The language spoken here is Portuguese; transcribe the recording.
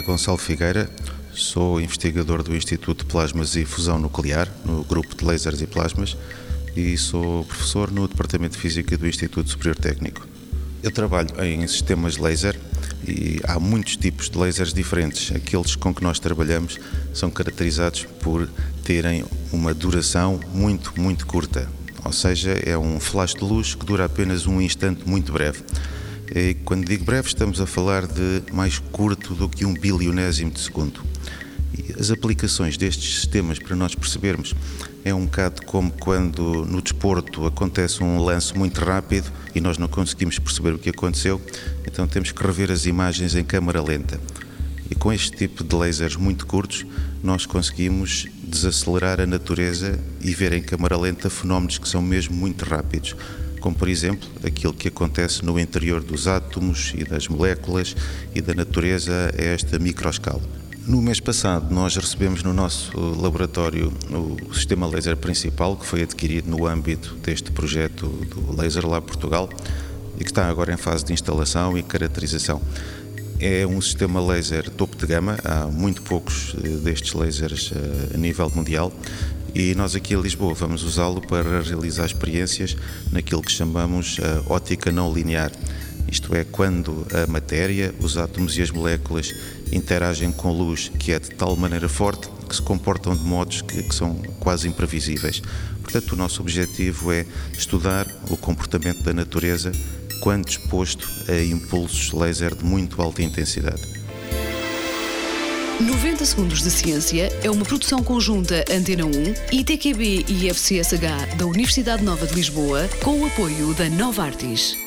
Gonçalo Figueira, sou investigador do Instituto de Plasmas e Fusão Nuclear, no grupo de lasers e plasmas, e sou professor no Departamento de Física do Instituto Superior Técnico. Eu trabalho em sistemas laser e há muitos tipos de lasers diferentes. Aqueles com que nós trabalhamos são caracterizados por terem uma duração muito curta, ou seja, é um flash de luz que dura apenas um instante muito breve. E quando digo breve, estamos a falar de mais curto do que 1/1000º de segundo. E as aplicações destes sistemas, para nós percebermos, é um bocado como quando no desporto acontece um lance muito rápido e nós não conseguimos perceber o que aconteceu, então temos que rever as imagens em câmara lenta. E com este tipo de lasers muito curtos, nós conseguimos desacelerar a natureza e ver em câmara lenta fenómenos que são mesmo muito rápidos, como por exemplo aquilo que acontece no interior dos átomos e das moléculas e da natureza a esta microescala. No mês passado nós recebemos no nosso laboratório o sistema laser principal, que foi adquirido no âmbito deste projeto do Laser Lab Portugal e que está agora em fase de instalação e caracterização. É um sistema laser topo de gama, há muito poucos destes lasers a nível mundial e nós aqui em Lisboa vamos usá-lo para realizar experiências naquilo que chamamos a óptica não linear. Isto é, quando a matéria, os átomos e as moléculas interagem com luz que é de tal maneira forte que se comportam de modos que são quase imprevisíveis. Portanto, o nosso objetivo é estudar o comportamento da natureza quando exposto a impulsos laser de muito alta intensidade. 90 Segundos de Ciência é uma produção conjunta Antena 1, ITQB e FCSH da Universidade Nova de Lisboa, com o apoio da Novartis.